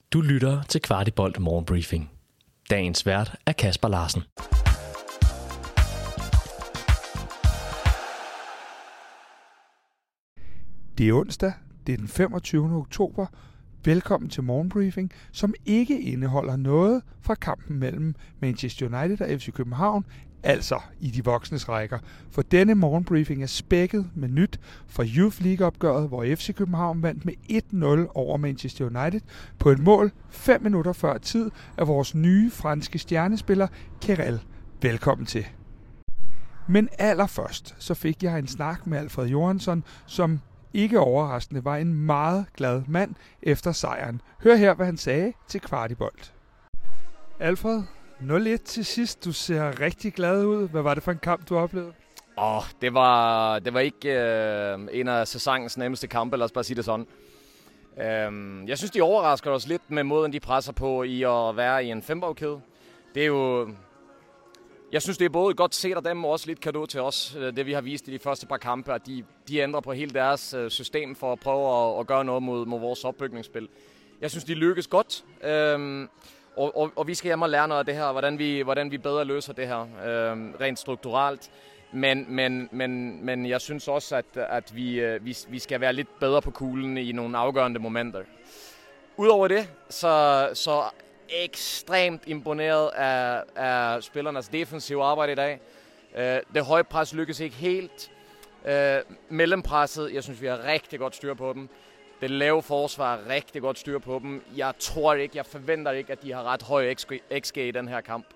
Du lytter til Kvartibolt Morgenbriefing. Dagens vært er Kasper Larsen. Det er onsdag, det er den 25. oktober. Velkommen til Morgenbriefing, som ikke indeholder noget fra kampen mellem Manchester United og FC København, altså i de voksnes rækker. For denne morgenbriefing er spækket med nyt fra Youth League-opgøret, hvor FC København vandt med 1-0 over Manchester United på et mål 5 minutter før tid af vores nye franske stjernespiller Kerel. Velkommen til. Men allerførst så fik jeg en snak med Alfred Johansson, som ikke overraskende var en meget glad mand efter sejren. Hør her, hvad han sagde til Kvartibolt. Alfred, 0-1 til sidst. Du ser rigtig glad ud. Hvad var det for en kamp, du oplevede? Det var ikke en af sæsonens nemmeste kampe, lad os bare sige det sådan. Jeg synes, de overrasker os lidt med måden, de presser på i at være i en fembagkæde. Det er jo... Jeg synes, det er både godt set af dem, og også lidt cadeau til os, det vi har vist i de første par kampe, at de ændrer på hele deres system for at prøve at gøre noget mod vores opbygningsspil. Jeg synes, de lykkes godt, og vi skal hjem og lære noget af det her, hvordan vi bedre løser det her, rent strukturelt. Men jeg synes også, at vi skal være lidt bedre på kuglen i nogle afgørende momenter. Udover det, så ekstremt imponeret af spillernes defensive arbejde i dag. Det høje pres lykkes ikke helt. Mellempresset, jeg synes, vi har rigtig godt styr på dem. Det lave forsvar er rigtig godt styr på dem. Jeg forventer ikke, at de har ret høj XG i den her kamp.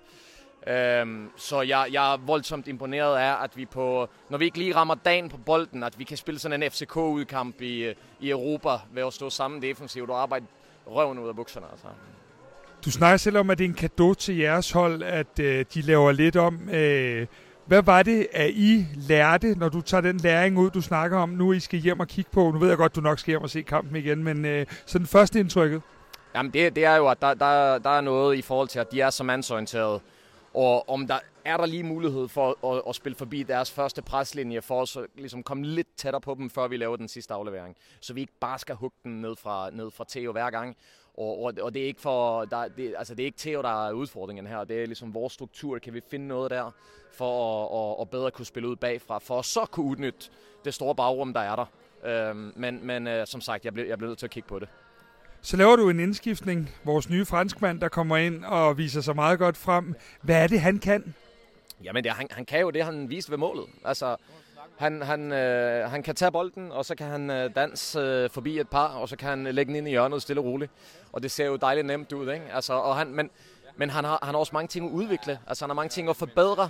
Så jeg er voldsomt imponeret af, at når vi ikke lige rammer dagen på bolden, at vi kan spille sådan en FCK-udkamp i Europa ved at stå sammen defensivt og arbejde røven ud af bukserne. Altså. Du snakker selv om, at det er en cadeau til jeres hold, at de laver lidt om. Hvad var det, at I lærte, når du tager den læring ud, du snakker om nu, I skal hjem og kigge på? Nu ved jeg godt, du nok skal hjem og se kampen igen, men sådan første indtrykket? Jamen det er jo, at der er noget i forhold til, at de er så mandsorienterede. Og om der er lige mulighed for at spille forbi deres første preslinje, for at så ligesom komme lidt tættere på dem, før vi laver den sidste aflevering. Så vi ikke bare skal hugge den ned fra Theo hver gang. Og det er ikke det er ikke Theo, der er udfordringen her. Det er ligesom vores struktur. Kan vi finde noget der for at bedre kunne spille ud bagfra, for at så kunne udnytte det store bagrum, der er der. Men som sagt, jeg bliver nødt til at kigge på det. Så laver du en indskiftning. Vores nye franskmand, der kommer ind og viser sig meget godt frem. Hvad er det, han kan? Jamen, han kan jo det, han viste ved målet. Altså, han kan tage bolden, og så kan han danse forbi et par, og så kan han lægge den ind i hjørnet stille og roligt. Og det ser jo dejligt nemt ud, ikke? Altså, men han har også mange ting at udvikle. Altså, han har mange ting at forbedre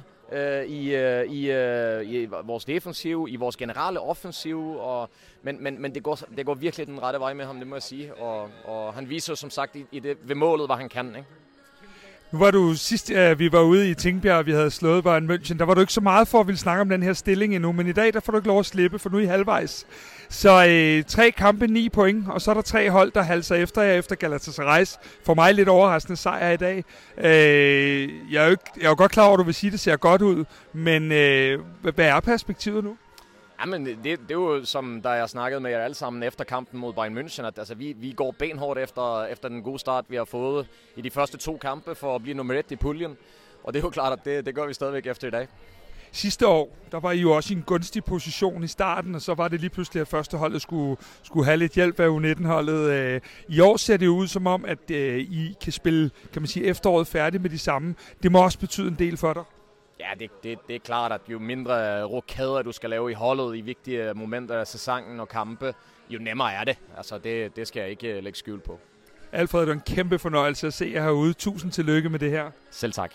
i vores defensiv, i vores generelle offensiv. Men det går virkelig den rette vej med ham, det må jeg sige. Og han viser jo som sagt ved målet, hvad han kan, ikke? Nu var du sidst, vi var ude i Tingbjerg, vi havde slået Bayern München. Der var du ikke så meget for at ville snakke om den her stilling endnu, men i dag der får du ikke lov at slippe, for nu er I halvvejs. Så 3 kampe, 9 point, og så er der 3 hold, der halser efter jer efter Galatasaray's. For mig lidt overraskende sejr i dag. Jeg er jo godt klar over, at du vil sige, at det ser godt ud, men hvad er perspektivet nu? Jamen, det er jo som, da jeg snakkede med jer alle sammen efter kampen mod Bayern München, at altså, vi går benhårdt efter den gode start, vi har fået i de første 2 kampe for at blive nummer 1 i puljen. Og det er jo klart, at det gør vi stadigvæk efter i dag. Sidste år, der var I jo også i en gunstig position i starten, og så var det lige pludselig, at førsteholdet skulle have lidt hjælp af U19-holdet. I år ser det jo ud som om, at I kan spille, kan man sige, efteråret færdigt med de samme. Det må også betyde en del for dig. Ja, det er klart, at jo mindre rokader du skal lave i holdet i vigtige momenter af sæsonen og kampe, jo nemmere er det. Altså, det skal jeg ikke lægge skjul på. Alfred, det er en kæmpe fornøjelse at se jer herude. Tusind tillykke med det her. Selv tak.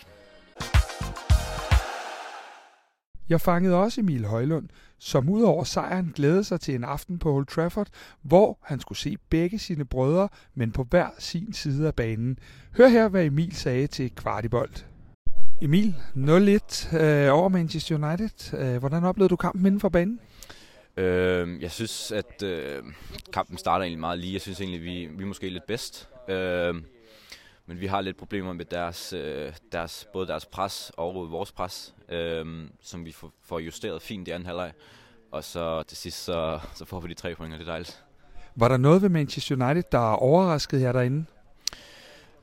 Jeg fangede også Emil Højlund, som ud over sejren glædede sig til en aften på Old Trafford, hvor han skulle se begge sine brødre, men på hver sin side af banen. Hør her, hvad Emil sagde til Kvartibolt. Emil, 0-1 over Manchester United. Hvordan oplevede du kampen inden for banen? Jeg synes, at kampen starter egentlig meget lige. Jeg synes egentlig, vi er måske lidt bedst. Men vi har lidt problemer med både deres pres og vores pres, som vi får justeret fint i anden halvleg. Og så til sidst, så får vi de 3 point, og det er dejligt. Var der noget ved Manchester United, der overraskede jer derinde?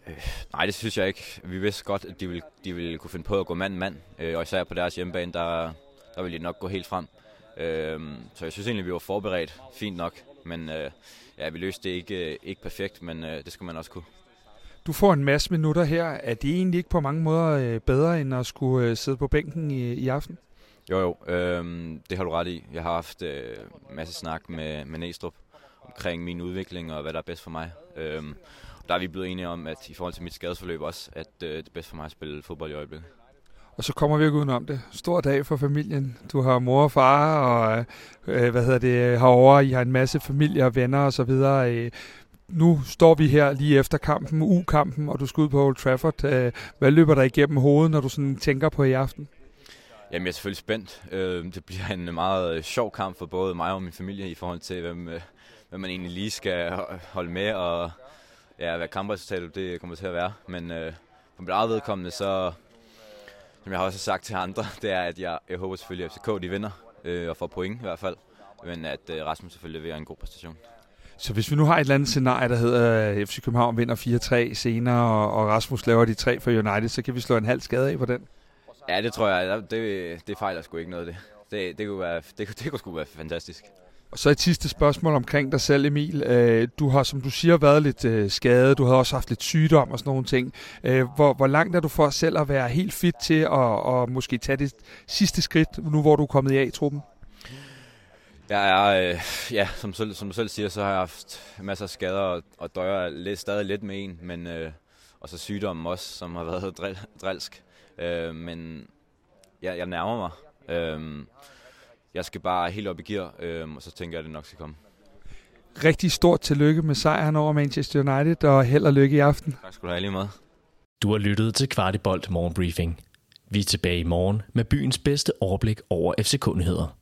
Nej, det synes jeg ikke. Vi vidste godt, at de ville kunne finde på at gå mand-mand, og især på deres hjemmebane, der ville de nok gå helt frem. Så jeg synes egentlig, vi var forberedt fint nok, men vi løste det ikke perfekt, men det skal man også kunne. Du får en masse minutter her. Er det egentlig ikke på mange måder bedre, end at skulle sidde på bænken i aften? Jo, det har du ret i. Jeg har haft en masse snak med Næstrup omkring min udvikling og hvad der er bedst for mig. Der er vi blevet enige om, at i forhold til mit skadesforløb også, at det er bedst for mig at spille fodbold i øjeblikket. Og så kommer vi ikke udenom det. Stor dag for familien. Du har mor og far, og herovre. I har en masse familie og venner og så videre. Nu står vi her lige efter kampen, U-kampen, og du skal ud på Old Trafford. Hvad løber der igennem hovedet, når du sådan tænker på i aften? Jamen, jeg er selvfølgelig spændt. Det bliver en meget sjov kamp for både mig og min familie i forhold til, hvad man egentlig lige skal holde med, og hvad kampresultatet det kommer til at være. Men på mit eget vedkommende, så som jeg har også sagt til andre, det er, at jeg håber selvfølgelig, at FCK de vinder, og får point i hvert fald. Men at Rasmus selvfølgelig leverer en god præstation. Så hvis vi nu har et eller andet scenarie, der hedder FC København vinder 4-3 senere, og Rasmus laver de 3 for United, så kan vi slå en halv skade af på den? Ja, det tror jeg. Det fejler sgu ikke noget. Det kunne sgu være fantastisk. Og så et sidste spørgsmål omkring dig selv, Emil. Du har, som du siger, været lidt skadet. Du har også haft lidt sygdom og sådan nogle ting. Hvor langt er du for selv at være helt fit til at måske tage det sidste skridt, nu hvor du er kommet i A-truppen? Jeg er, som du selv siger, så har jeg haft masser af skader og døjer stadig lidt med en, men og så sygdommen også, som har været drilsk. Men jeg nærmer mig. Jeg skal bare helt op i gear, og så tænker jeg, at det nok skal komme. Rigtig stort tillykke med sejren over Manchester United, og held og lykke i aften. Tak skal du have, lige meget. Du har lyttet til Kvartibolt Morgenbriefing. Vi er tilbage i morgen med byens bedste overblik over FCK-nyheder.